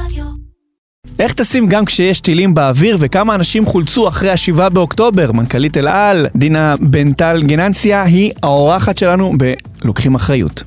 איך תשים גם כשיש טילים באוויר וכמה אנשים חולצו אחרי 7 באוקטובר? מנכ"לית אל על, דינה בנטל גננסיה, היא האורחת שלנו בלוקחים אחריות.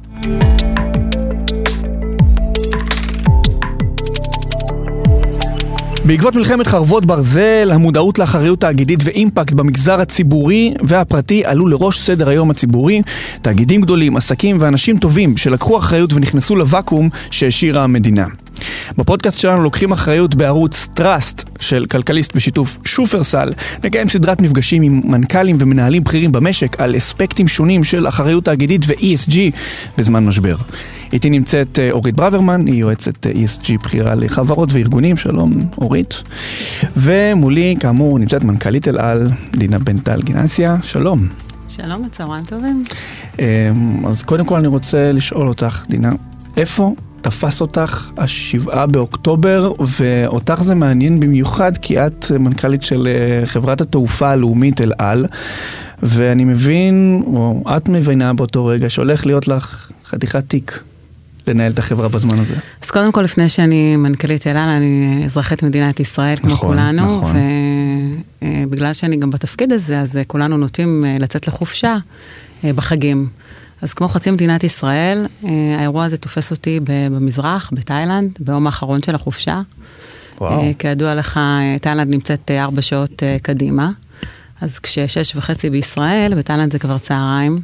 בעקבות מלחמת חרבות ברזל, המודעות לאחריות תאגידית ואימפקט במגזר הציבורי והפרטי עלו לראש סדר היום הציבורי. תאגידים גדולים, עסקים ואנשים טובים שלקחו אחריות ונכנסו לוואקום שהשאירה המדינה. בפודקאסט שלנו לוקחים אחריות בערוץ טראסט של כלכליסט בשיתוף שופרסל. נקיים סדרת מפגשים עם מנכ"לים ומנהלים בכירים במשק על אספקטים שונים של אחריות תאגידית ו-ESG בזמן משבר. איתי נמצאת אורית ברוורמן, היא יועצת ESG בחירה לחברות וארגונים. שלום אורית. ומולי כאמור נמצאת מנכ"לית אל על, דינה בנטל גננסיה. שלום. שלום, צהריים טובים. אז קודם כל אני רוצה לשאול אותך, דינה, איפה תפס אותך 7 באוקטובר, ואותך זה מעניין במיוחד כי את מנכ"לית של חברת התעופה הלאומית אל על, ואני מבין, או את מבינה באותו רגע, שהולך להיות לך חתיכת תיק לנהל את החברה בזמן הזה. אז קודם כל, לפני שאני מנכ"לית אל על, אני אזרחית מדינת ישראל כמו כולנו, ובגלל שאני גם בתפקיד הזה, אז כולנו נוטים לצאת לחופשה בחגים. אז כמו חצי מדינת ישראל, האירוע הזה תופס אותי במזרח, בתאילנד, ביום האחרון של החופשה. כידוע לך, תאילנד נמצאת 4 שעות קדימה, אז כש6:30 בישראל, בתאילנד זה כבר צהריים.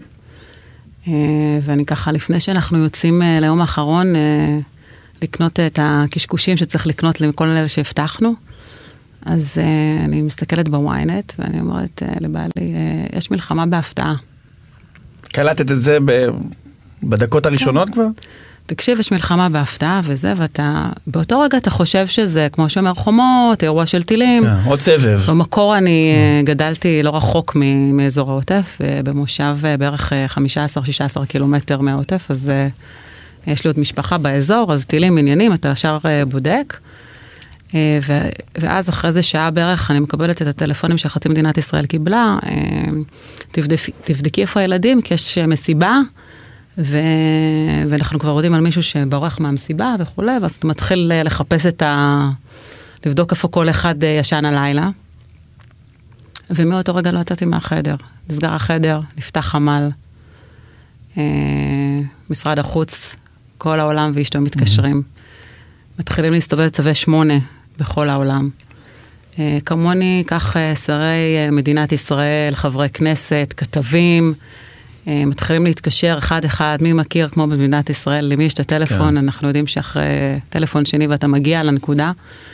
ואני ככה, לפני שאנחנו יוצאים ליום האחרון, לקנות את הקשקושים שצריך לקנות לכל אלה שהבטחנו, אז אני מסתכלת בוויינט, ואני אומרת לבעלי, יש מלחמה בהפתעה. קלטת את זה בדקות הראשונות כבר? תקשיב, יש מלחמה בהפתעה וזה, ואתה, באותו רגע אתה חושב שזה, כמו שאומר חומות, אירוע של טילים. עוד סבב. במקור אני גדלתי לא רחוק מאזור העוטף, במושב בערך 15-16 קילומטר מהעוטף, אז יש לי עוד משפחה באזור, אז טילים עניינים, אתה ישר בודק. ואז אחרי זה שעה בערך אני מקבלת את הטלפונים שחצי מדינת ישראל קיבלה, תבדקי איפה הילדים, כי יש מסיבה, ואנחנו כבר יודעים על מישהו שברח מהמסיבה וכו', ואז אתה מתחיל לחפש לבדוק איפה כל אחד ישן הלילה, ומאותו רגע לא יצאתי מהחדר, נסגר החדר, נפתח חמ"ל, משרד החוץ, כל העולם ואשתו מתקשרים, מתחילים להסתובב צווי 8 בכל העולם. כמוני, כך שרי מדינת ישראל, חברי כנסת, כתבים, מתחילים להתקשר אחד, מי מכיר כמו במדינת ישראל, למי יש את הטלפון, אנחנו יודעים שאחרי טלפון שני ואתה מגיע לנקודה,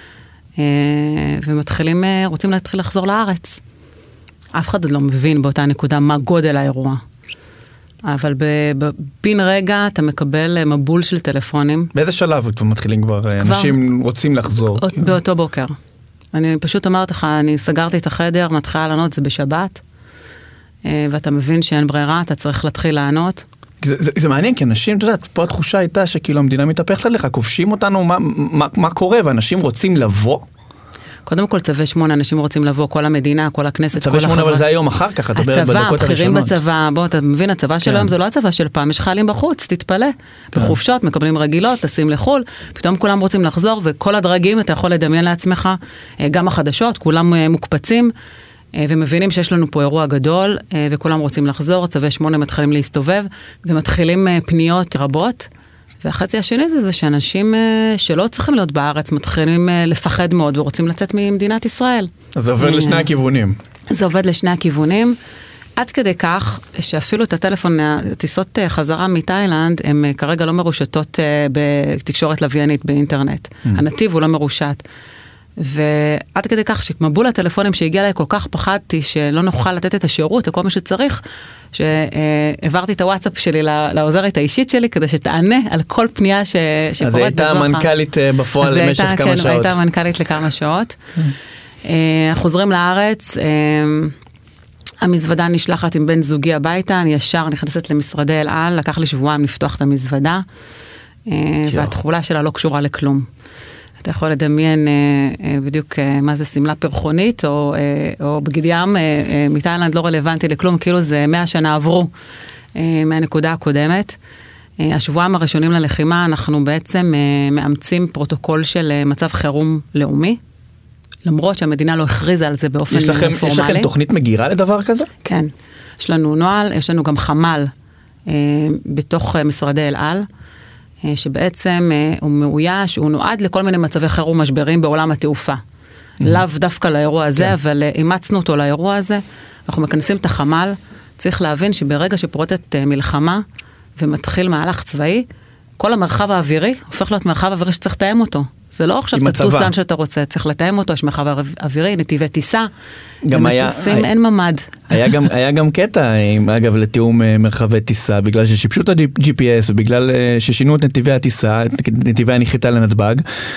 ומתחילים, רוצים להתחיל לחזור לארץ. אף אחד עוד לא מבין באותה נקודה מה גודל האירוע. אבל בבין רגע אתה מקבל מבול של טלפונים. באיזה שלב אתם מתחילים כבר? אנשים רוצים לחזור. באותו בוקר. אני פשוט אומרת לך, אני סגרתי את החדר, מתחילה לענות, זה בשבת, ואתה מבין שאין ברירה, אתה צריך להתחיל לענות. זה מעניין, כי אנשים, אתה יודעת, פה התחושה הייתה שכאילו המדינה מתהפכת עליך, כובשים אותנו, מה קורה, ואנשים רוצים לבוא? קודם כל, צווי 8, אנשים רוצים לבוא, כל המדינה, כל הכנסת, כל החברה. צווי 8, אבל זה היום אחר כך, את אומרת בדקות הראשונות. הצבא, בכירים בצבא, בוא, אתה מבין, הצבא של היום זה לא הצבא של פעם, יש חיילים בחוץ, תתפלא. בחופשות, מקבלים רגילות, טסים לחול, פתאום כולם רוצים לחזור, וכל הדרגים, אתה יכול לדמיין לעצמך, גם החדשות, כולם מוקפצים, ומבינים שיש לנו פה אירוע גדול, וכולם רוצים לחזור, צווי 8 מתחילים להסתובב, ומתחילים פניות רבות. והחצי השני זה שאנשים שלא צריכים להיות בארץ מתחילים לפחד מאוד ורוצים לצאת ממדינת ישראל. אז זה עובד לשני הכיוונים. זה עובד לשני הכיוונים. עד כדי כך שאפילו את הטלפון, טיסות חזרה מתאילנד, הן כרגע לא מרושתות בתקשורת לוויינית באינטרנט. הנתיב הוא לא מרושת. ועד כדי כך שמבול הטלפונים שהגיע אליי כל כך פחדתי שלא נוכל לתת את השירות לכל מה שצריך, שהעברתי את הוואטסאפ שלי לעוזרת האישית שלי, כדי שתענה על כל פנייה שקורית בזוכה. אז הייתה מנכ"לית בפועל למשך כמה שעות. הייתה מנכ"לית לכמה שעות. חוזרים לארץ, המזוודה נשלחת עם בן זוגי הביתה, אני ישר נכנסת למשרדי אל על, לקח לי שבועיים לפתוח את המזוודה, והתחולה שלה לא קשורה לכלום. אתה יכול לדמיין בדיוק מה זה סמלה פרחונית, או בגד ים, מתאילנד לא רלוונטי לכלום, כאילו זה 100 שנה עברו מהנקודה הקודמת. השבועיים הראשונים ללחימה, אנחנו בעצם מאמצים פרוטוקול של מצב חירום לאומי, למרות שהמדינה לא הכריזה על זה באופן פורמלי. יש לכם תוכנית מגירה לדבר כזה? כן. יש לנו נוהל, יש לנו גם חמ"ל בתוך משרדי אל על, שבעצם הוא מאויש, הוא נועד לכל מיני מצבי חירום משברים בעולם התעופה. לאו דווקא לאירוע הזה, אבל אימצנו אותו לאירוע הזה. אנחנו מכנסים את החמ"ל, צריך להבין שברגע שפורצת מלחמה ומתחיל מהלך צבאי, כל המרחב האווירי הופך להיות מרחב אווירי שצריך לתאם אותו. זה לא עכשיו תטוס לאן שאתה רוצה, צריך לתאם אותו, יש מרחב אווירי, נתיבי טיסה, למטוסים אין ממד. היה גם קטע, אגב, לתיאום מרחבי טיסה, בגלל ששיבשו את ה-GPS, ובגלל ששינו את נתיבי הטיסה, את נתיבי הנחיתה לנתב"ג,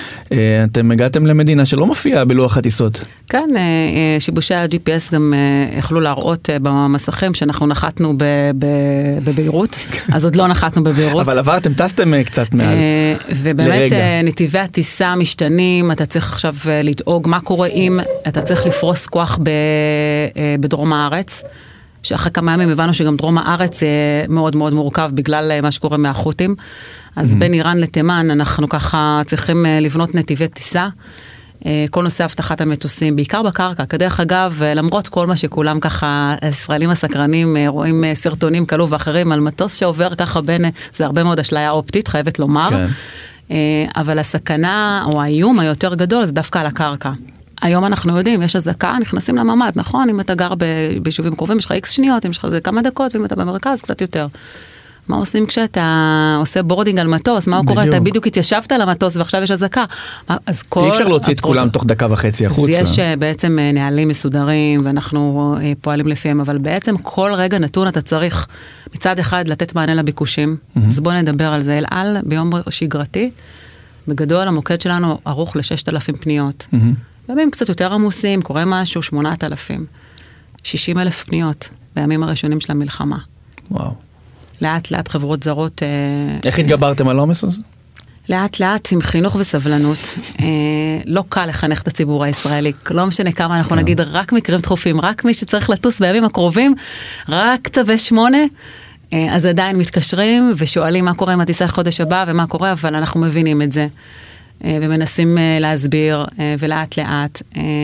אתם הגעתם למדינה שלא מופיעה בלוח הטיסות. כן, שיבושי ה-GPS גם יכלו להראות במסכים שאנחנו נחתנו בביירות, אז עוד לא נחתנו בביירות. אבל עברתם, טסתם קצת מעל. ובאמת נתיבי הטיסה משתנים, אתה צריך עכשיו לדאוג מה קורה אם אתה צריך לפרוס כוח בדרום הארץ, שאחרי כמה ימים הבנו שגם דרום הארץ מאוד מאוד מורכב בגלל מה שקורה מהחות'ים, אז בין איראן לתימן אנחנו ככה צריכים לבנות נתיבי טיסה, כל נושא הבטחת המטוסים, בעיקר בקרקע, כדרך אגב, למרות כל מה שכולם ככה, הישראלים הסקרנים רואים סרטונים כאלו ואחרים על מטוס שעובר ככה בין, זה הרבה מאוד אשליה אופטית, חייבת לומר, אבל הסכנה או האיום היותר גדול זה דווקא על הקרקע. היום אנחנו יודעים, יש הזקה, נכנסים לממד, נכון? אם אתה גר ביישובים קרובים, יש לך X שניות, יש לך כמה דקות, ואם אתה במרכז, קצת יותר. מה עושים כשאתה עושה בורדינג על מטוס? מה קורה? אתה בדיוק התיישבת על המטוס, ועכשיו יש הזקה. אי אפשר להוציא את כולם תוך דקה וחצי החוצה. יש בעצם נהלים מסודרים, ואנחנו פועלים לפיהם, אבל בעצם כל רגע נתון אתה צריך מצד אחד לתת מענה לביקושים. אז בוא נדבר על זה. אל על ביום שגרתי, בגדול המוקד שלנו ערוך ל6,000 פניות. בימים קצת יותר עמוסים, קורה משהו, 8,000. 60,000 פניות בימים הראשונים של המלחמה. וואו. לאט לאט חברות זרות... איך התגברתם על העומס הזה? לאט לאט עם חינוך וסבלנות. לא קל לחנך את הציבור הישראלי. לא משנה כמה אנחנו נגיד רק מקרים דחופים, רק מי שצריך לטוס בימים הקרובים, רק צווי 8, אז עדיין מתקשרים ושואלים מה קורה עם הטיסה חודש הבא ומה קורה, אבל אנחנו מבינים את זה. ומנסים להסביר ולאט לאט,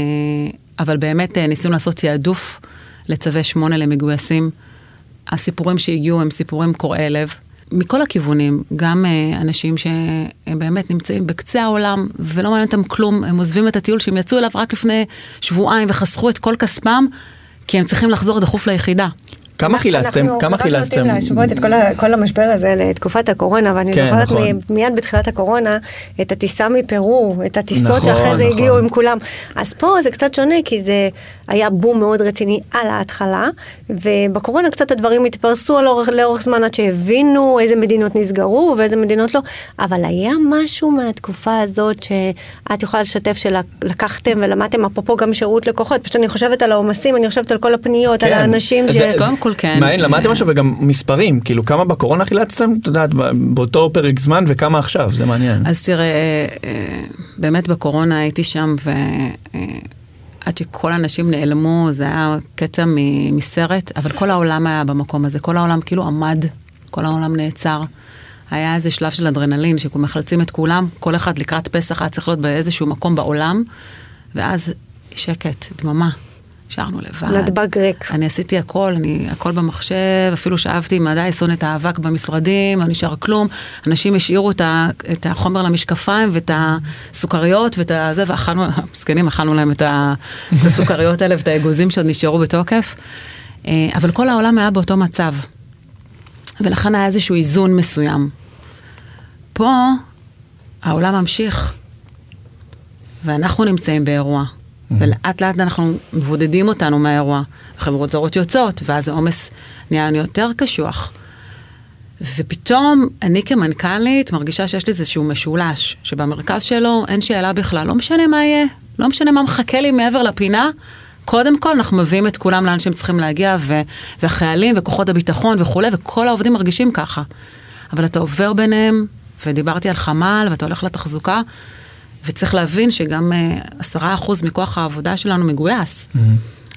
אבל באמת ניסינו לעשות תיעדוף לצווי 8 למגויסים. הסיפורים שהגיעו הם סיפורים קורעי לב, מכל הכיוונים, גם אנשים שהם באמת נמצאים בקצה העולם ולא מעניין אותם כלום, הם עוזבים את הטיול שהם יצאו אליו רק לפני שבועיים וחסכו את כל כספם, כי הם צריכים לחזור דחוף ליחידה. כמה חילצתם? אנחנו רק רוצים להשוות את כל המשבר הזה לתקופת הקורונה, ואני זוכרת מיד בתחילת הקורונה, את הטיסה מפרו, את הטיסות שאחרי זה הגיעו עם כולם. אז פה זה קצת שונה, כי זה היה בום מאוד רציני על ההתחלה, ובקורונה קצת הדברים התפרסו לאורך זמן, עד שהבינו איזה מדינות נסגרו, ואיזה מדינות לא. אבל היה משהו מהתקופה הזאת, שאת יכולה לשתף שלקחתם ולמדתם, אפרופו גם שירות לקוחות, פשוט אני חושבת על העומסים, אני חושבת על כל הפניות, על האנשים מעין, למדתם משהו וגם מספרים, כאילו כמה בקורונה חילצתם, אתה יודעת, באותו פרק זמן וכמה עכשיו, זה מעניין. אז תראה, באמת בקורונה הייתי שם ועד שכל האנשים נעלמו, זה היה קטע מסרט, אבל כל העולם היה במקום הזה, כל העולם כאילו עמד, כל העולם נעצר. היה איזה שלב של אדרנלין, שמחלצים את כולם, כל אחד לקראת פסח היה צריך להיות באיזשהו מקום בעולם, ואז שקט, דממה. שרנו לבד. נדבק ריק. אני עשיתי הכל במחשב, אפילו שאהבתי מדעי, את האבק במשרדים, לא נשאר כלום. אנשים השאירו את החומר למשקפיים ואת הסוכריות ואת זה, ואכלנו, מסכנים, אכלנו להם את הסוכריות האלה ואת האגוזים שעוד נשארו בתוקף. אבל כל העולם היה באותו מצב. ולכן היה איזשהו איזון מסוים. פה העולם ממשיך, ואנחנו נמצאים באירוע. ולאט לאט אנחנו מבודדים אותנו מהאירוע. חברות זרות יוצאות, ואז העומס נהיה לנו יותר קשוח. ופתאום אני כמנכ"לית מרגישה שיש לי איזשהו משולש, שבמרכז שלו אין שאלה בכלל, לא משנה מה יהיה, לא משנה מה מחכה לי מעבר לפינה, קודם כל אנחנו מביאים את כולם לאן שהם צריכים להגיע, והחיילים וכוחות הביטחון וכו', וכל העובדים מרגישים ככה. אבל אתה עובר ביניהם, ודיברתי על חמ"ל, ואתה הולך לתחזוקה, וצריך להבין שגם 10% מכוח העבודה שלנו מגויס.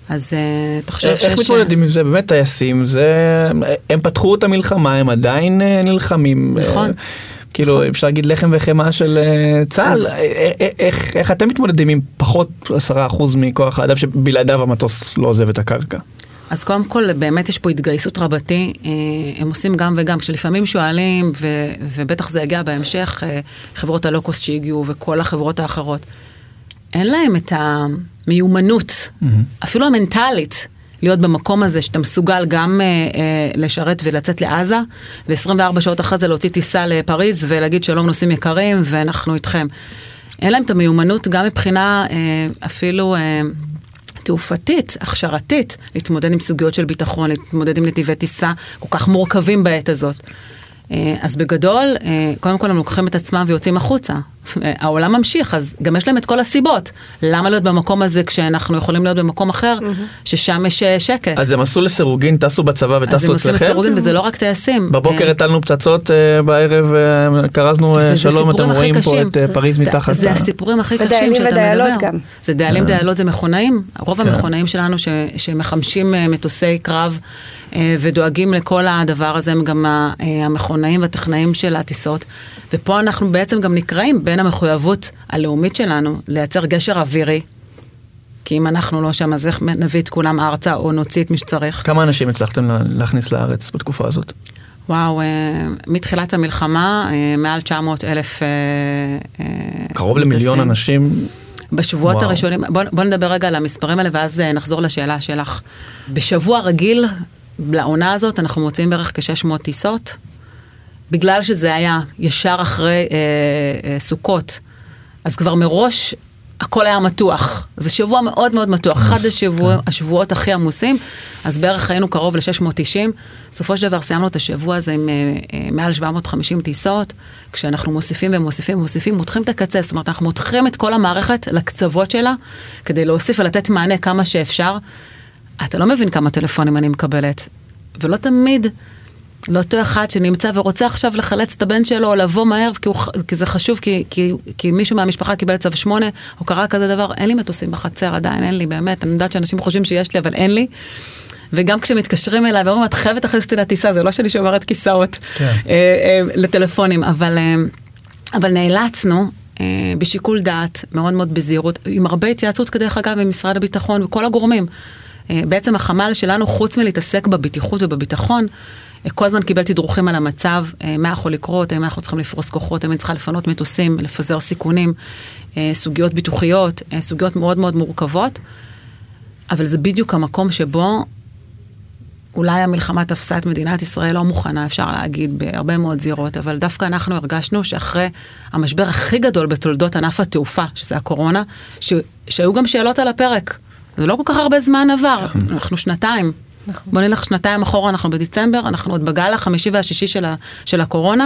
אז תחשוב איך מתמודדים עם זה? באמת טייסים, הם פתחו את המלחמה, הם עדיין נלחמים. נכון. כאילו, אפשר להגיד לחם וחמה של צה"ל. איך אתם מתמודדים עם פחות 10% מכוח האדם שבלעדיו המטוס לא עוזב את הקרקע? אז קודם כל, באמת יש פה התגייסות רבתי, הם עושים גם וגם, כשלפעמים שואלים, ובטח זה יגיע בהמשך, חברות הלוקוסט שהגיעו וכל החברות האחרות, אין להם את המיומנות, אפילו המנטלית, להיות במקום הזה שאתה מסוגל גם לשרת ולצאת לעזה, ו-24 שעות אחרי זה להוציא טיסה לפריז ולהגיד שלום נוסעים יקרים ואנחנו איתכם. אין להם את המיומנות גם מבחינה אפילו תעופתית, הכשרתית, להתמודד עם סוגיות של ביטחון, להתמודד עם נתיבי טיסה כל כך מורכבים בעת הזאת. אז בגדול, קודם כל הם לוקחים את עצמם ויוצאים החוצה. העולם ממשיך, אז גם יש להם את כל הסיבות. למה להיות במקום הזה כשאנחנו יכולים להיות במקום אחר, ששם יש שקט? אז הם עשו לסירוגין, טסו בצבא וטסו אצלכם? אז הם עושים לסירוגין, וזה לא רק טייסים. בבוקר הטלנו פצצות, בערב קרזנו שלום, אתם רואים פה את פריז מתחת. זה הסיפורים הכי קשים שאתה מדבר. זה דיילים, דיילות, זה מכונאים. רוב המכונאים שלנו שמחמשים מטוסי קרב ודואגים לכל הדבר הזה, הם גם המכונאים והטכנאים של הטיסות. ופה אנחנו בעצם גם נקראים בין המחויבות הלאומית שלנו לייצר גשר אווירי, כי אם אנחנו לא שם, אז איך נביא את כולם ארצה או נוציא את מי שצריך. כמה אנשים הצלחתם להכניס לארץ בתקופה הזאת? וואו, מתחילת המלחמה, מעל 900,000 קרוב למיליון אנשים. בשבועות הראשונים, בוא נדבר רגע על המספרים האלה, ואז נחזור לשאלה שלך. בשבוע רגיל, לעונה הזאת, אנחנו מוצאים בערך כ-600 טיסות, בגלל שזה היה ישר אחרי סוכות, אז כבר מראש הכל היה מתוח. זה שבוע מאוד מאוד מתוח. אחד השבועות הכי עמוסים, אז בערך היינו קרוב ל-690. בסופו של דבר סיימנו את השבוע הזה עם מעל 750 טיסות, כשאנחנו מוסיפים ומוסיפים ומוסיפים, מותחים את הקצה, זאת אומרת, אנחנו מותחים את כל המערכת לקצוות שלה, כדי להוסיף ולתת מענה כמה שאפשר. אתה לא מבין כמה טלפונים אני מקבלת, ולא תמיד לאותו אחד שנמצא ורוצה עכשיו לחלץ את הבן שלו, או לבוא מהר, כי זה חשוב, כי מישהו מהמשפחה קיבל צו 8, או קרה כזה דבר, אין לי מטוסים בחצר עדיין, אין לי באמת, אני יודעת שאנשים חושבים שיש לי, אבל אין לי. וגם כשמתקשרים אליי, ואומרים, את חייבת להכניס אותי לטיסה, זה לא שאני שומרת כיסאות לטלפונים, אבל נאלצנו, בשיקול דעת, מאוד מאוד בזהירות, עם הרבה התייעצות כדרך אגב, עם משרד הביטחון וכל הגורמים. בעצם החמ"ל שלנו, חוץ מלהתעסק בבטיחות ובביטחון, כל הזמן קיבל תדרוכים על המצב, מה יכול לקרות, האם אנחנו צריכים לפרוס כוחות, האם אני צריכה לפנות מטוסים, לפזר סיכונים, סוגיות ביטוחיות, סוגיות מאוד מאוד מורכבות, אבל זה בדיוק המקום שבו אולי המלחמה תפסה את מדינת ישראל לא מוכנה, אפשר להגיד, בהרבה מאוד זירות, אבל דווקא אנחנו הרגשנו שאחרי המשבר הכי גדול בתולדות ענף התעופה, שזה הקורונה, שהיו גם שאלות על הפרק. זה לא כל כך הרבה זמן עבר, אנחנו שנתיים. בוא נלך שנתיים אחורה, אנחנו בדצמבר, אנחנו עוד בגל החמישי והשישי של הקורונה,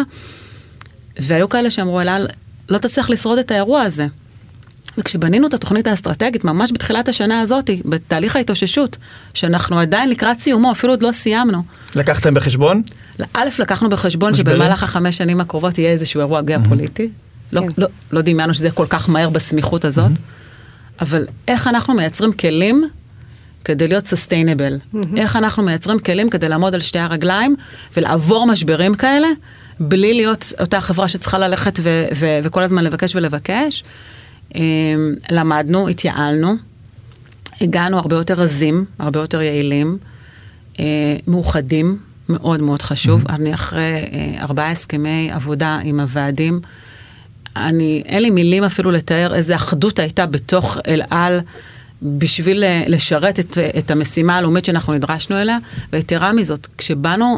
והיו כאלה שאמרו, אלעל, לא תצליח לשרוד את האירוע הזה. וכשבנינו את התוכנית האסטרטגית, ממש בתחילת השנה הזאת, בתהליך ההתאוששות, שאנחנו עדיין לקראת סיומו, אפילו עוד לא סיימנו. לקחתם בחשבון? א', לקחנו בחשבון שבמהלך 5 שנים הקרובות יהיה איזשהו אירוע גיאופוליטי. לא דמיינו שזה כל כך מהר בסמיכות הזאת, אבל איך אנחנו מייצרים כלים כדי להיות sustainable? איך אנחנו מייצרים כלים כדי לעמוד על שתי הרגליים ולעבור משברים כאלה, בלי להיות אותה חברה שצריכה ללכת וכל הזמן לבקש ולבקש? למדנו, התייעלנו, הגענו הרבה יותר רזים, הרבה יותר יעילים, מאוחדים, מאוד מאוד חשוב. אני אחרי 4 הסכמי עבודה עם הוועדים, אין לי מילים אפילו לתאר איזה אחדות הייתה בתוך אל-על, בשביל לשרת את המשימה הלאומית שאנחנו נדרשנו אליה, ויתרה מזאת, כשבאנו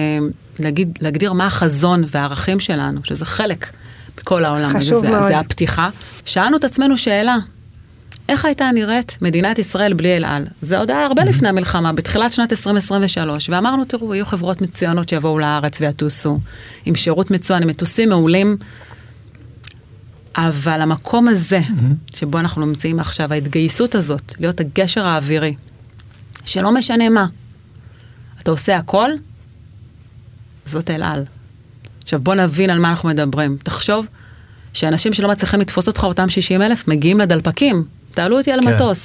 להגדיר מה החזון והערכים שלנו, שזה חלק בכל העולם, חשוב מאוד. זה הפתיחה, שאלנו את עצמנו שאלה, איך הייתה נראית מדינת ישראל בלי אל-על? זה עוד היה הרבה לפני המלחמה, בתחילת שנת 2023, ואמרנו, תראו, יהיו חברות מצוינות שיבואו לארץ ויטוסו, עם שירות מצוין, עם מטוסים מעולים, אבל המקום הזה, שבו אנחנו נמצאים עכשיו, ההתגייסות הזאת, להיות הגשר האווירי, שלא משנה מה, אתה עושה הכל, זאת אל-על. עכשיו בוא נבין על מה אנחנו מדברים. תחשוב שאנשים שלא מצליחים לתפוס אותך, אותם 60,000, מגיעים לדלפקים. תעלו אותי על מטוס.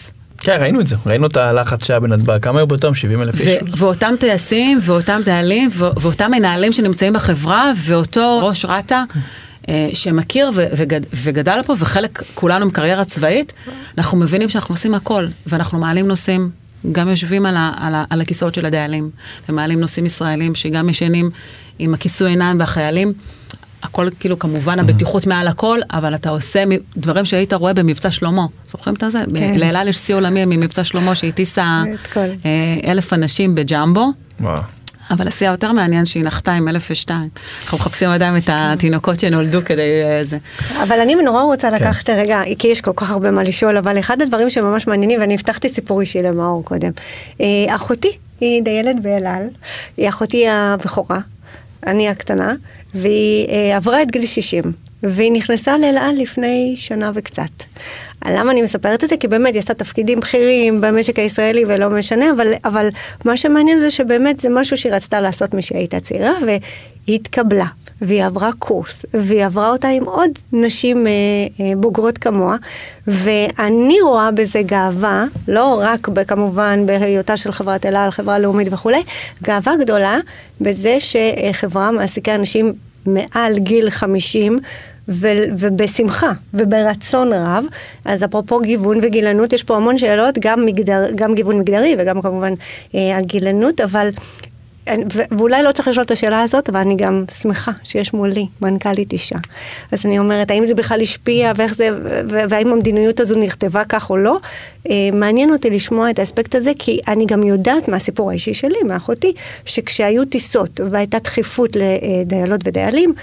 כן, ראינו את זה. ראינו את הלחץ שהיה בנתב"ג. כמה היו באותם 70,000 איש? ואותם טייסים, ואותם דיילים, ואותם מנהלים שנמצאים בחברה, ואותו ראש רטה, שמכיר וגדל פה, וחלק כולנו מקריירה צבאית, אנחנו מבינים שאנחנו עושים הכל, ואנחנו מעלים נושאים, גם יושבים על הכיסאות של הדיילים, ומעלים נושאים ישראלים, שגם ישנים עם הכיסוי עיניים והחיילים, הכל כאילו כמובן הבטיחות מעל הכל, אבל אתה עושה דברים שהיית רואה במבצע שלמה. זוכרים את זה? לאל על יש שיא עולמי ממבצע שלמה שהטיסה 1,000 אנשים בג'מבו. אבל השיא היותר מעניין שהיא נחתה עם 1,002. אנחנו מחפשים עדיין את התינוקות שנולדו כדי זה. אבל אני נורא רוצה לקחת רגע, כי יש כל כך הרבה מה לשאול, אבל אחד הדברים שממש מעניינים, ואני הבטחתי סיפור אישי למאור קודם. אחותי היא דיילת באל על, היא אחותי הבכורה, אני הקטנה, והיא עברה את גיל 60, והיא נכנסה לאל על לפני שנה וקצת. למה אני מספרת את זה? כי באמת היא עשתה תפקידים בכירים במשק הישראלי ולא משנה, אבל מה שמעניין זה שבאמת זה משהו שהיא רצתה לעשות משהיא הייתה צעירה, והיא התקבלה, והיא עברה קורס, והיא עברה אותה עם עוד נשים בוגרות כמוה, ואני רואה בזה גאווה, לא רק כמובן בהיותה של חברת אל על, חברה לאומית וכו', גאווה גדולה בזה שחברה מעסיקה אנשים מעל גיל 50, ובשמחה, וברצון רב. אז אפרופו גיוון וגילנות, יש פה המון שאלות, גם גיוון מגדרי, וגם כמובן הגילנות, אבל, ואולי לא צריך לשאול את השאלה הזאת, אבל אני גם שמחה שיש מולי מנכ"לית אישה. אז אני אומרת, האם זה בכלל השפיע, ואיך זה, והאם המדיניות הזו נכתבה כך או לא, מעניין אותי לשמוע את האספקט הזה, כי אני גם יודעת מהסיפור האישי שלי, מאחותי, שכשהיו טיסות, והייתה דחיפות לדיילות ודיילים,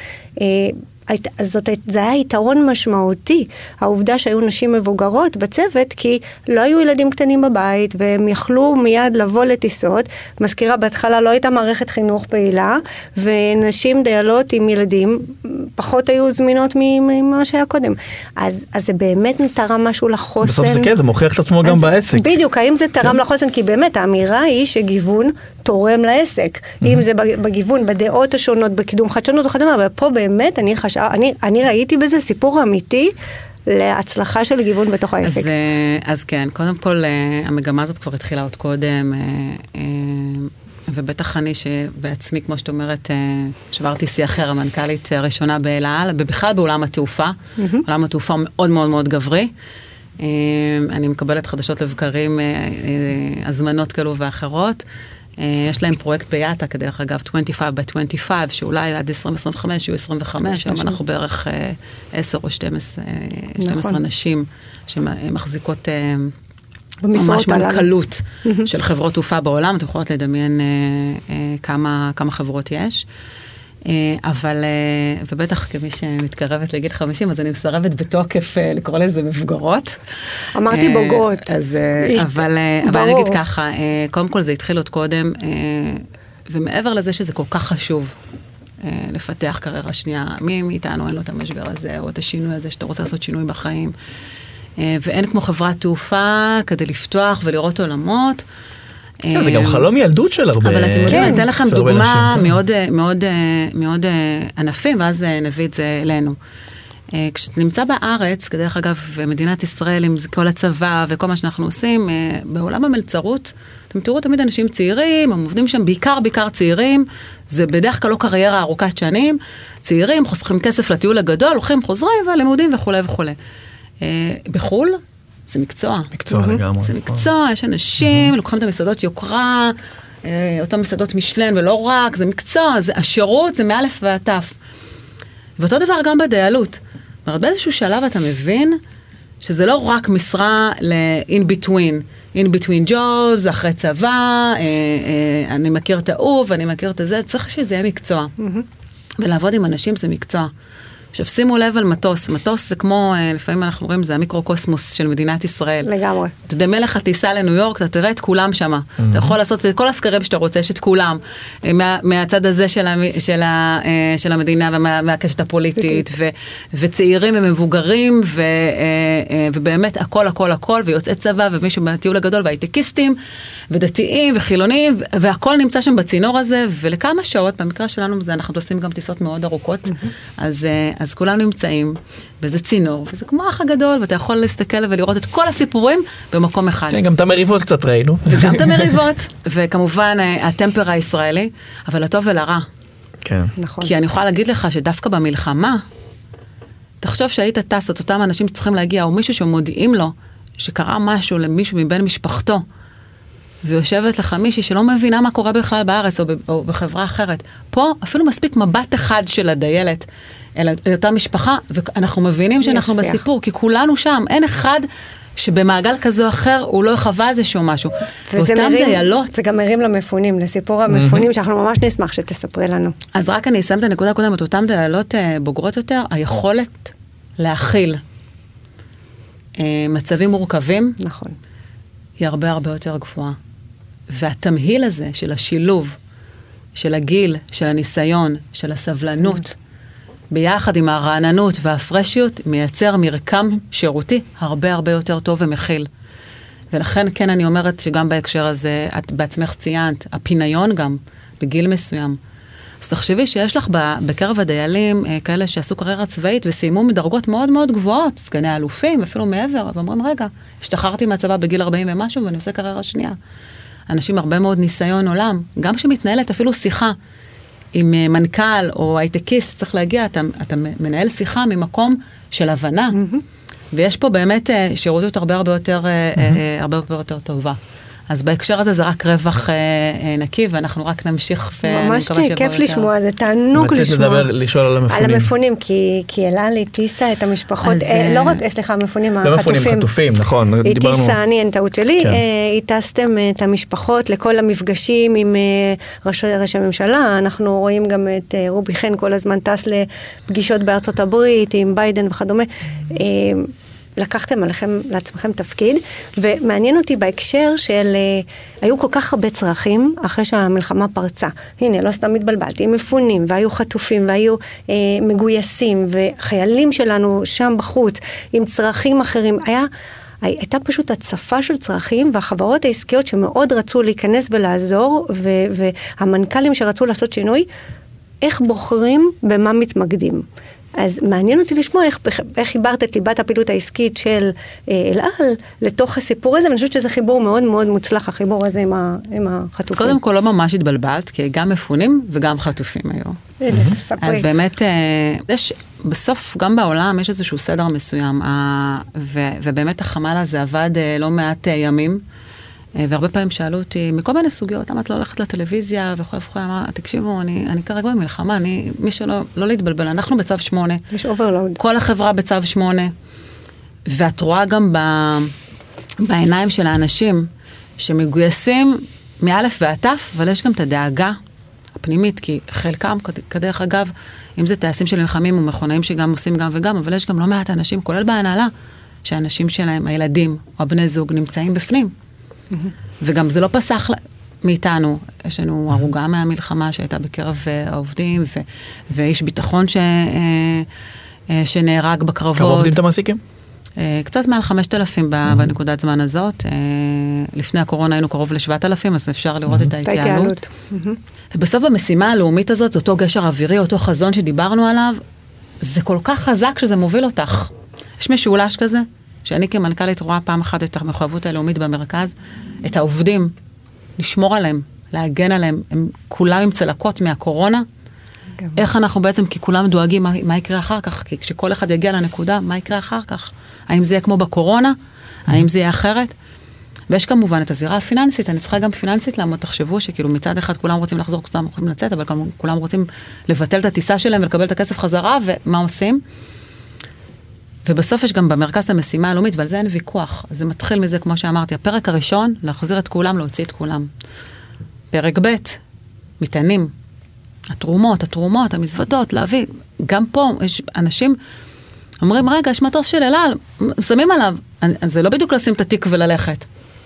זה היה יתרון משמעותי, העובדה שהיו נשים מבוגרות בצוות, כי לא היו ילדים קטנים בבית, והם יכלו מיד לבוא לטיסות, מזכירה בהתחלה לא הייתה מערכת חינוך פעילה, ונשים דיילות עם ילדים פחות היו זמינות ממה שהיה קודם. אז זה באמת תרם משהו לחוסן. בסוף זה כן, זה מוכיח את עצמו גם בעסק. בדיוק, האם זה תרם לחוסן? כי באמת האמירה היא שגיוון תורם לעסק. אם זה בגיוון, בדעות השונות, בקידום חדשנות וכדומה, אבל פה באמת אני ראיתי בזה סיפור אמיתי להצלחה של גיוון בתוך העסק. אז כן, קודם כל המגמה הזאת כבר התחילה עוד קודם, ובטח אני שבעצמי, כמו שאת אומרת, שברתי שיא אחר, המנכ"לית הראשונה באל על, ובכלל בעולם התעופה, עולם התעופה מאוד מאוד מאוד גברי. אני מקבלת חדשות לבקרים, הזמנות כאלו ואחרות. יש להם פרויקט ביאטה, כדרך אגב, 25 by 25, שאולי עד 2025 יהיו 25, היום אנחנו בערך 10 או 12 נשים שמחזיקות ממש מנכ"לות של חברות תעופה בעולם, אתם יכולות לדמיין כמה חברות יש. אבל, ובטח כמי שמתקרבת לגיל 50, אז אני מסרבת בתוקף לקרוא לזה מבוגרות. אמרתי בוגרות. אבל אני אגיד ככה, קודם כל זה התחיל עוד קודם, ומעבר לזה שזה כל כך חשוב לפתח קריירה שנייה, מי מאיתנו אין לו את המשבר הזה, או את השינוי הזה, שאתה רוצה לעשות שינוי בחיים, ואין כמו חברת תעופה כדי לפתוח ולראות עולמות, זה גם חלום ילדות של הרבה. אבל אתם יודעים, אני אתן לכם דוגמה מאוד ענפים, ואז נביא את זה אלינו. כשאתה נמצא בארץ, כדרך אגב, מדינת ישראל, עם כל הצבא וכל מה שאנחנו עושים, בעולם המלצרות, אתם תראו תמיד אנשים צעירים, הם עובדים שם בעיקר צעירים, זה בדרך כלל לא קריירה ארוכת שנים, צעירים, חוסכים כסף לטיול הגדול, הולכים, חוזרים, ולימודים וכו' וכו'. בחול, זה מקצוע. מקצוע לגמרי. זה מקצוע, יש אנשים, לוקחים את המסעדות יוקרה, אותם מסעדות משלן ולא רק, זה מקצוע, השירות זה מאלף ועד תף. ואותו דבר גם בדיילות. זאת אומרת, באיזשהו שלב אתה מבין שזה לא רק משרה ל-in between jobs, אחרי צבא, אני מכיר את האוב, אני מכיר את זה, צריך שזה יהיה מקצוע. ולעבוד עם אנשים זה מקצוע. עכשיו, שימו לב על מטוס. מטוס זה כמו, לפעמים אנחנו רואים, זה המיקרוקוסמוס של מדינת ישראל. לגמרי. תדמה לך טיסה לניו יורק, אתה תראה את כולם שם. אתה יכול לעשות את כל הסקרים שאתה רוצה, יש את כולם. מהצד הזה של המדינה ומהקשת הפוליטית, וצעירים ומבוגרים, ובאמת הכל, ויוצאי צבא, ומישהו מהטיול הגדול, והייטקיסטים, ודתיים וחילונים, והכל נמצא שם בצינור הזה, ולכמה שעות, במקרה שלנו, אנחנו עושים גם טיסות מאוד ארוכות, אז אז כולם נמצאים, וזה צינור, וזה כמו אח הגדול, ואתה יכול להסתכל ולראות את כל הסיפורים במקום אחד. כן, גם את המריבות קצת ראינו. וגם את המריבות, וכמובן הטמפר הישראלי, אבל לטוב ולרע. כן. נכון. כי אני יכולה להגיד לך שדווקא במלחמה, תחשוב שהיית טס את אותם אנשים שצריכים להגיע, או מישהו שמודיעים לו שקרה משהו למישהו מבין משפחתו, ויושבת לך מישהי שלא מבינה מה קורה בכלל בארץ או בחברה אחרת. פה אפילו מספיק מבט אחד של הדיילת אל אותה משפחה, ואנחנו מבינים שאנחנו בסיפור, כי כולנו שם, אין אחד שבמעגל כזה או אחר הוא לא חווה איזשהו משהו. ואותם דיילות... זה גם מרים למפונים, לסיפור המפונים, שאנחנו ממש נשמח שתספרי לנו. אז רק אני אסיים את הנקודה הקודמת, אותם דיילות בוגרות יותר, היכולת להכיל מצבים מורכבים, נכון. היא הרבה הרבה יותר גבוהה. והתמהיל הזה של השילוב, של הגיל, של הניסיון, של הסבלנות, ביחד עם הרעננות והפרשיות, מייצר מרקם שירותי הרבה הרבה יותר טוב ומכיל. ולכן כן אני אומרת שגם בהקשר הזה, את בעצמך ציינת, הפיניון גם, בגיל מסוים. אז תחשבי שיש לך בקרב הדיילים כאלה שעשו קריירה צבאית וסיימו מדרגות מאוד מאוד גבוהות, סגני אלופים, אפילו מעבר, ואומרים, רגע, השתחררתי מהצבא בגיל 40 ומשהו ואני עושה קריירה שנייה. אנשים הרבה מאוד ניסיון עולם, גם שמתנהלת אפילו שיחה עם מנכ"ל או הייטקיסט, צריך להגיע, אתה מנהל שיחה ממקום של הבנה, ויש פה באמת שירותיות הרבה יותר טובה. אז בהקשר הזה זה רק רווח נקי, ואנחנו רק נמשיך ממש כיף לשמוע, זה תענוג לשמוע. לשאול על המפונים. על המפונים, כי אלה טיסה את המשפחות, לא רק, סליחה, המפונים החטופים. חטופים, נכון. היא טיסה, אני אין טעות שלי, הטסתם את המשפחות לכל המפגשים עם ראשי הממשלה, אנחנו רואים גם את רובי חן כל הזמן טס לפגישות בארצות הברית, עם ביידן וכדומה. לקחתם לעצמכם תפקיד, ומעניין אותי בהקשר של, היו כל כך הרבה צרכים אחרי שהמלחמה פרצה. הנה, לא סתם התבלבלתי, הם מפונים, והיו חטופים, והיו מגויסים, וחיילים שלנו שם בחוץ, עם צרכים אחרים. הייתה פשוט הצפה של צרכים, והחברות העסקיות שמאוד רצו להיכנס ולעזור, והמנכ"לים שרצו לעשות שינוי, איך בוחרים במה מתמקדים. אז מעניין אותי לשמוע איך חיברת את ליבת הפעילות העסקית של אל על לתוך הסיפור הזה, ואני חושבת שזה חיבור מאוד מאוד מוצלח, החיבור הזה עם החטופים. אז קודם כל לא ממש התבלבלת, כי גם מפונים וגם חטופים היו. הנה, ספרי. אז באמת, בסוף גם בעולם יש איזשהו סדר מסוים, ובאמת החמ"ל הזה עבד לא מעט ימים, והרבה פעמים שאלו אותי, מכל מיני סוגיות, למה את לא הולכת לטלוויזיה, וכל אמרה, תקשיבו, אני כרגע במלחמה, מי שלא להתבלבל, אנחנו בצו 8. יש אוברלוד. כל החברה בצו 8, ואת רואה גם בעיניים של האנשים, שמגויסים מאלף ועד תף, אבל יש גם את הדאגה הפנימית, כי חלקם, כדרך אגב, אם זה טייסים של נלחמים, או מכונאים שגם עושים גם וגם, אבל יש גם לא מעט אנשים, כולל בהנהלה, שהאנשים שלהם, הילדים, או הבני זוג, נמצאים בפנים. וגם זה לא פסח מאיתנו, יש לנו הרוגה מהמלחמה שהייתה בקרב העובדים, ואיש ביטחון שנהרג בקרבות. כמה עובדים אתם מעסיקים? קצת מעל 5,000 בנקודת זמן הזאת. לפני הקורונה היינו קרוב ל7,000, אז אפשר לראות את ההתייעלות. ובסוף המשימה הלאומית הזאת, אותו גשר אווירי, אותו חזון שדיברנו עליו, זה כל כך חזק שזה מוביל אותך. יש משולש כזה, שאני כמנכ"לית רואה פעם אחת את המחויבות הלאומית במרכז, את העובדים, לשמור עליהם, להגן עליהם, הם כולם עם צלקות מהקורונה, איך אנחנו בעצם, כי כולם דואגים מה יקרה אחר כך, כי כשכל אחד יגיע לנקודה, מה יקרה אחר כך? האם זה יהיה כמו בקורונה? האם זה יהיה אחרת? ויש כמובן את הזירה הפיננסית, אני צריכה גם פיננסית לעמוד, תחשבו שכאילו מצד אחד כולם רוצים לחזור, כולם יכולים לצאת, אבל כולם רוצים לבטל את הטיסה שלהם ולקבל את הכסף חזרה, ומה עושים? ובסוף יש גם במרכז המשימה הלאומית, ועל זה אין ויכוח. זה מתחיל מזה, כמו שאמרתי, הפרק הראשון, להחזיר את כולם, להוציא את כולם. פרק ב', מטענים, התרומות, המזוודות, להביא. גם פה יש אנשים, אומרים, רגע, יש מטוס של אל על, שמים עליו. זה לא בדיוק לשים את התיק וללכת.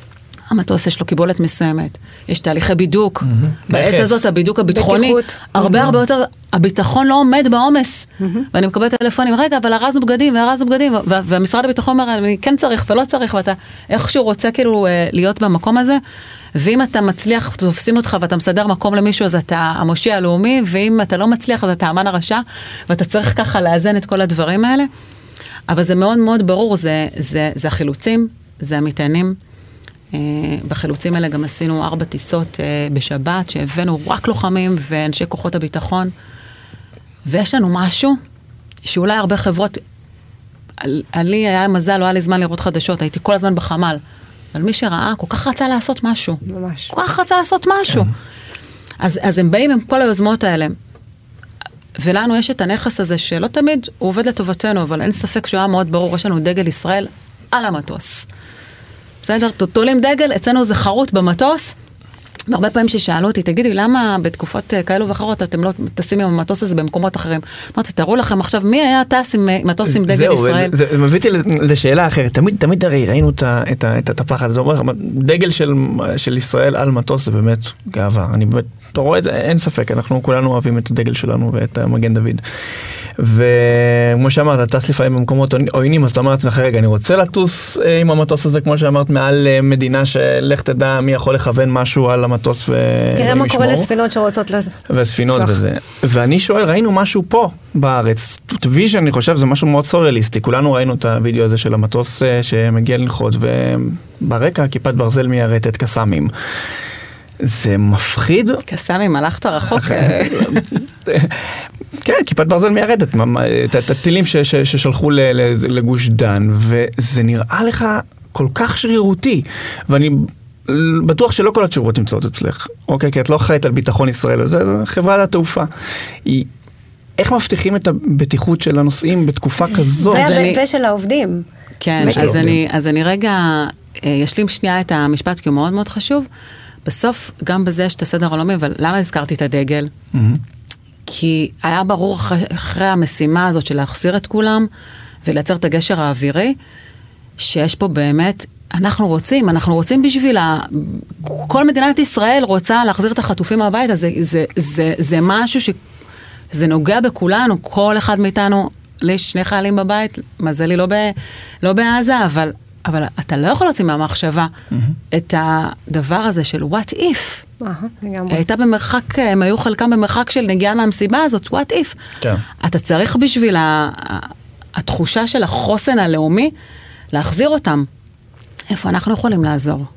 המטוס יש לו קיבולת מסוימת, יש תהליכי בידוק, בעת הזאת הבידוק הביטחוני, הרבה יותר, הביטחון לא עומד בעומס, ואני מקבלת טלפונים, רגע, אבל הרזנו בגדים, והמשרד הביטחון אומר, אני כן צריך ולא צריך, ואתה איכשהו רוצה כאילו להיות במקום הזה, ואם אתה מצליח, תופסים אותך ואתה מסדר מקום למישהו, אז אתה המושיע הלאומי, ואם אתה לא מצליח, אז אתה האמן הרשע, ואתה צריך ככה לאזן את כל הדברים האלה, אבל זה מאוד מאוד ברור, זה החילוצים, זה המטענים, בחילוצים האלה גם עשינו 4 טיסות בשבת, שהבאנו רק לוחמים ואנשי כוחות הביטחון, ויש לנו משהו שאולי הרבה חברות, לי היה מזל, לא היה לי זמן לראות חדשות, הייתי כל הזמן בחמ"ל, אבל מי שראה כל כך רצה לעשות משהו, ממש. כל כך רצה לעשות משהו. אז הם באים עם כל היוזמות האלה, ולנו יש את הנכס הזה שלא תמיד הוא עובד לטובתנו, אבל אין ספק שהוא היה מאוד ברור, יש לנו דגל ישראל על המטוס. בסדר? תולים דגל, אצלנו זה חרוט במטוס, והרבה פעמים ששאלו אותי, תגידי, למה בתקופות כאלו ואחרות אתם לא טסים עם המטוס הזה במקומות אחרים? אמרתי, תראו לכם עכשיו, מי היה טס עם מטוס עם דגל ישראל? זה מביא אותי לשאלה אחרת. תמיד הרי ראינו את הפחד. זה אומר, דגל של ישראל על מטוס זה באמת גאווה. אני באמת, אתה רואה את זה, אין ספק, אנחנו כולנו אוהבים את הדגל שלנו ואת מגן דוד. וכמו שאמרת, טס לפעמים במקומות עוינים, אז אתה אומר לעצמך, רגע, אני רוצה לטוס עם המטוס הזה, כמו שאמרת, מעל מדינה שלך תדע מי יכול לכוון משהו על המטוס תראה מה קורה לספינות שרוצות וספינות וזה. ואני שואל, ראינו משהו פה בארץ, ויז'ן, אני חושב, זה משהו מאוד סוריאליסטי, כולנו ראינו את הוידאו הזה של המטוס שמגיע לנחות, וברקע כיפת ברזל מיירטת קסאמים. זה מפחיד. קסאמים, הלכת רחוק. כן, כיפת ברזל מיירטת, את הטילים ששלחו לגוש דן, וזה נראה לך כל כך שרירותי, ואני בטוח שלא כל התשובות נמצאות אצלך, אוקיי? כי את לא אחראית על ביטחון ישראל, זה חברה לתעופה. איך מבטיחים את הבטיחות של הנוסעים בתקופה כזאת? ושל העובדים. כן, אז אני רגע ישלים שנייה את המשפט, כי הוא מאוד מאוד חשוב. בסוף, גם בזה יש את הסדר העולמי, אבל למה הזכרתי את הדגל? כי היה ברור אחרי המשימה הזאת של להחזיר את כולם, ולייצר את הגשר האווירי, שיש פה באמת, אנחנו רוצים בשביל, כל מדינת ישראל רוצה להחזיר את החטופים מהבית, אז זה משהו שזה נוגע בכולנו, כל אחד מאיתנו, לי 2 חיילים בבית, מזלי לא בעזה, אבל אתה לא יכול להוציא מהמחשבה את הדבר הזה של what if. הייתה במרחק, הם היו חלקם במרחק של נגיעה מהמסיבה הזאת, what if. אתה צריך בשביל התחושה של החוסן הלאומי, להחזיר אותם. איפה אנחנו יכולים לעזור?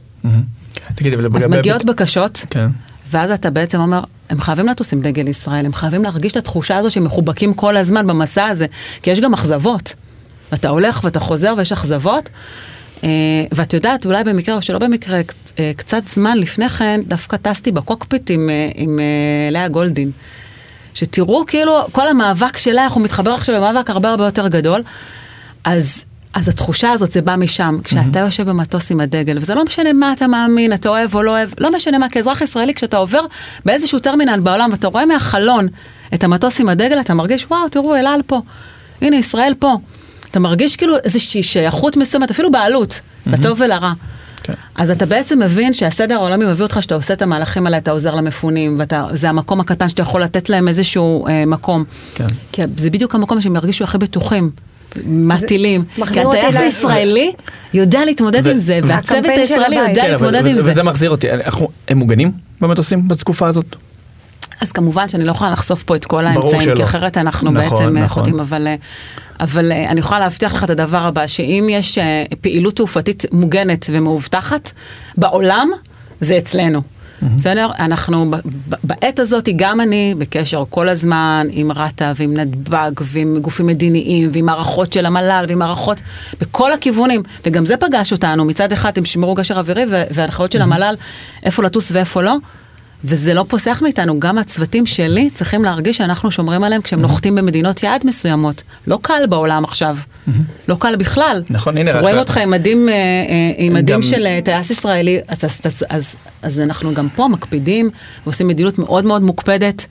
אז מגיעות בקשות, ואז אתה בעצם אומר, הם חייבים לטוס עם דגל ישראל, הם חייבים להרגיש את התחושה הזו שהם מחובקים כל הזמן במסע הזה, כי יש גם אכזבות. ואתה הולך ואתה חוזר ויש אכזבות, ואת יודעת, אולי במקרה או שלא במקרה, קצת זמן לפני כן, דווקא טסתי בקוקפיט עם לאה גולדין, שתראו כאילו כל המאבק שלה, איך הוא מתחבר עכשיו למאבק הרבה יותר גדול, אז התחושה הזאת זה בא משם, כשאתה יושב במטוס עם הדגל, וזה לא משנה מה אתה מאמין, אתה אוהב או לא אוהב, לא משנה מה, כאזרח ישראלי, כשאתה עובר באיזשהו טרמינל בעולם, ואתה רואה מהחלון את המטוס עם הדגל, אתה מרגיש, וואו, תראו, אל על פה, הנה ישראל פה. אתה מרגיש כאילו איזושהי שייכות מסוימת, אפילו בעלות, לטוב ולרע. אז אתה בעצם מבין שהסדר העולמי מביא אותך שאתה עושה את המהלכים האלה, אתה עוזר למפונים, וזה המקום הקטן שאתה יכול לתת להם איזשהו מקום. כי זה בדיוק המקום שהם ירגישו הכי בטוחים, מטילים. כי הטייס הישראלי יודע להתמודד עם זה, והצוות הישראלי יודע להתמודד עם זה. וזה מחזיר אותי. הם מוגנים במטוסים בתקופה הזאת? אז כמובן שאני לא יכולה לחשוף פה את כל האמצעים, כי אחרת אנחנו בעצם חוטאים, אבל אני יכולה להבטיח לך את הדבר הבא, שאם יש פעילות תעופתית מוגנת ומאובטחת, בעולם זה אצלנו. בסדר? אנחנו בעת הזאת, גם אני בקשר כל הזמן עם רטה ועם נדב"ג ועם גופים מדיניים ועם מערכות של המל"ל ועם מערכות בכל הכיוונים, וגם זה פגש אותנו, מצד אחד הם שמרו גשר אווירי וההנחיות של המל"ל, איפה לטוס ואיפה לא, וזה לא פוסח מאיתנו, גם הצוותים שלי צריכים להרגיש שאנחנו שומרים עליהם כשהם נוחתים במדינות יעד מסוימות. לא קל בעולם עכשיו, לא קל בכלל. נכון, הנה. רואים אותך עם מדים של טייס ישראלי, אז אנחנו גם פה מקפידים, ועושים מדיניות מאוד מאוד מוקפדת,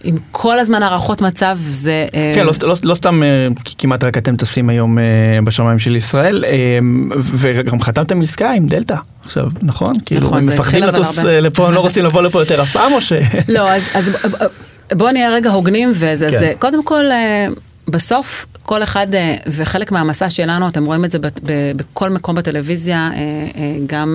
עם כל הזמן הערכות מצב זה... כן, לא סתם כמעט רק אתם טסים היום בשמיים של ישראל, וגם חתמתם עסקה עם דלתא עכשיו, נכון? כאילו, הם מפחדים לטוס לפה, הם לא רוצים לבוא לפה יותר אף פעם, או ש... לא, אז בואו נהיה רגע הוגנים, וזה קודם כל... בסוף, כל אחד, וחלק מהמסע שלנו, אתם רואים את זה בכל מקום בטלוויזיה, גם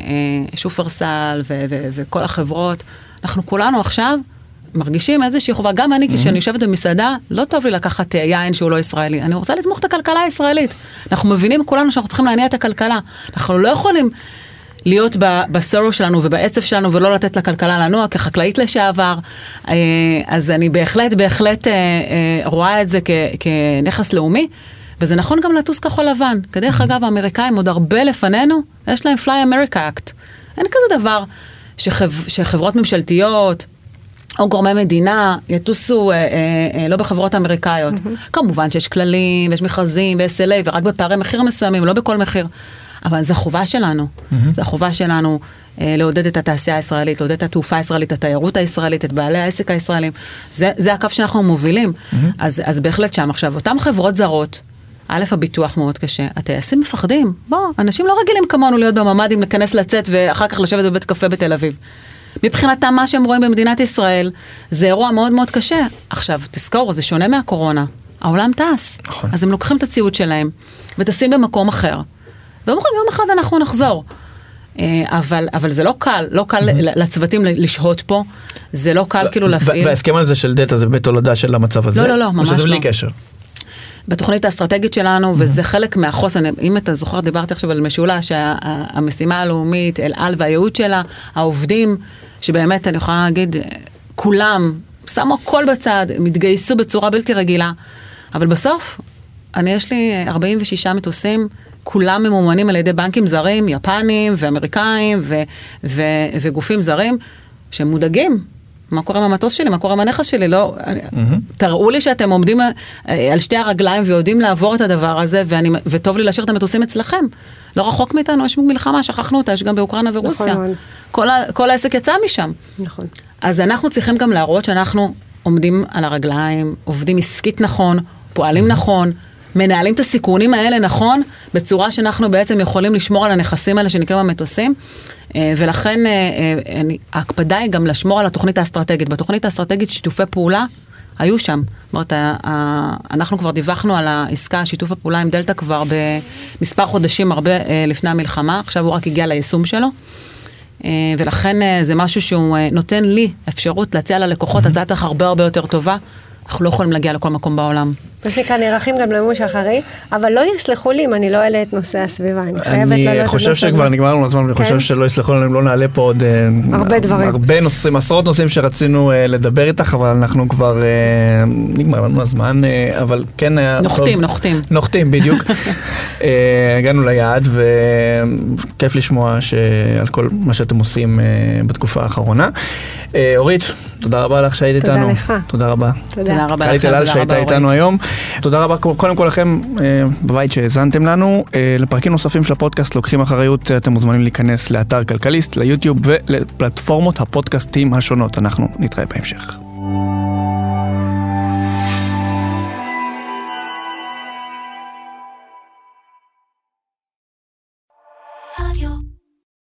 שופרסל וכל החברות, אנחנו כולנו עכשיו מרגישים איזושהי חובה, גם אני כשאני יושבת במסעדה, לא טוב לי לקחת יין שהוא לא ישראלי, אני רוצה לתמוך את הכלכלה הישראלית. אנחנו מבינים כולנו שאנחנו צריכים להניע את הכלכלה. אנחנו לא יכולים להיות בסורו שלנו ובעצב שלנו ולא לתת לכלכלה לנוע כחקלאית לשעבר. אז אני בהחלט רואה את זה כנכס לאומי, וזה נכון גם לטוס כחול לבן. כדרך אגב, האמריקאים עוד הרבה לפנינו, יש להם Fly America Act. אין כזה דבר שחברות ממשלתיות או גורמי מדינה יטוסו לא בחברות אמריקאיות. כמובן שיש כללים ויש מכרזים ו-SLA ורק בפערי מחיר מסוימים, לא בכל מחיר. אבל זו החובה שלנו. זו החובה שלנו לעודד את התעשייה הישראלית, לעודד את התעופה הישראלית, את התיירות הישראלית, את בעלי העסק הישראלים. זה הקו שאנחנו מובילים. אז בהחלט שם. עכשיו, אותם חברות זרות, א', הביטוח מאוד קשה. הטייסים מפחדים. אנשים לא רגילים כמונו להיות בממ"דים, לכנס לצאת ואחר כך לשבת בבית קפה בתל אביב. מבחינתם מה שהם רואים במדינת ישראל, זה אירוע מאוד מאוד קשה. עכשיו, תזכור, זה שונה מהקורונה. העולם טס. אז הם לוקחים את הציוד שלהם וטסים במקום אחר. ואומרים, יום אחד אנחנו נחזור. אבל זה לא קל, לא קל לצוותים לשהות פה, זה לא קל כאילו להפעיל. וההסכם על זה של דאטה זה באמת הולדה של המצב הזה? לא, ממש לא. או שזה בלי קשר? בתוכנית האסטרטגית שלנו, וזה חלק מהחוסן, אם אתה זוכר, דיברתי עכשיו על משולש, המשימה הלאומית, אל-על והייעוד שלה, העובדים, שבאמת אני יכולה להגיד, כולם שמו הכל בצד, מתגייסו בצורה בלתי רגילה, אבל בסוף, יש לי 46 מטוסים, כולם ממומנים על ידי בנקים זרים, יפנים ואמריקאים וגופים זרים, שהם מודאגים. מה קורה עם המטוס שלי? מה קורה עם הנכס שלי? לא, תראו לי שאתם עומדים על שתי הרגליים ויודעים לעבור את הדבר הזה, וטוב לי להשאיר את המטוסים אצלכם. לא רחוק מאיתנו, יש מלחמה, שכחנו אותה, יש גם באוקראינה ורוסיה. כל העסק יצא משם. נכון. אז אנחנו צריכים גם להראות שאנחנו עומדים על הרגליים, עובדים עסקית נכון, פועלים נכון, מנהלים את הסיכונים האלה נכון, בצורה שאנחנו בעצם יכולים לשמור על הנכסים האלה שנקראים המטוסים, ולכן ההקפדה היא גם לשמור על התוכנית האסטרטגית. בתוכנית האסטרטגית שיתופי פעולה היו שם. זאת אומרת, אנחנו כבר דיווחנו על העסקה, שיתוף הפעולה עם דלתא כבר במספר חודשים הרבה לפני המלחמה, עכשיו הוא רק הגיע ליישום שלו, ולכן זה משהו שהוא נותן לי אפשרות להציע ללקוחות הצעת הרבה יותר טובה. אנחנו לא יכולים להגיע לכל מקום בעולם. מכאן נערכים גם למימוש אחרי, אבל לא יסלחו לי אם אני לא אעלה את נושא הסביבה. אני חושב שכבר נגמר לנו הזמן, אני חושב שלא יסלחו לנו, לא נעלה פה עוד הרבה דברים. הרבה נושאים, עשרות נושאים שרצינו לדבר איתך, אבל אנחנו כבר נגמר לנו הזמן, אבל כן היה... נוחתים, בדיוק. הגענו ליעד, וכיף לשמוע על כל מה שאתם עושים בתקופה האחרונה. אורית, תודה רבה לך שהיית איתנו. תודה לך. תודה רבה. תודה רבה לכם, תודה רבה שהייתה איתנו היום. תודה רבה קודם כל לכם בבית שהזנתם לנו. לפרקים נוספים של הפודקאסט לוקחים אחריות, אתם מוזמנים להיכנס לאתר כלכליסט, ליוטיוב ולפלטפורמות הפודקאסטים השונות. אנחנו נתראה בהמשך. רדיו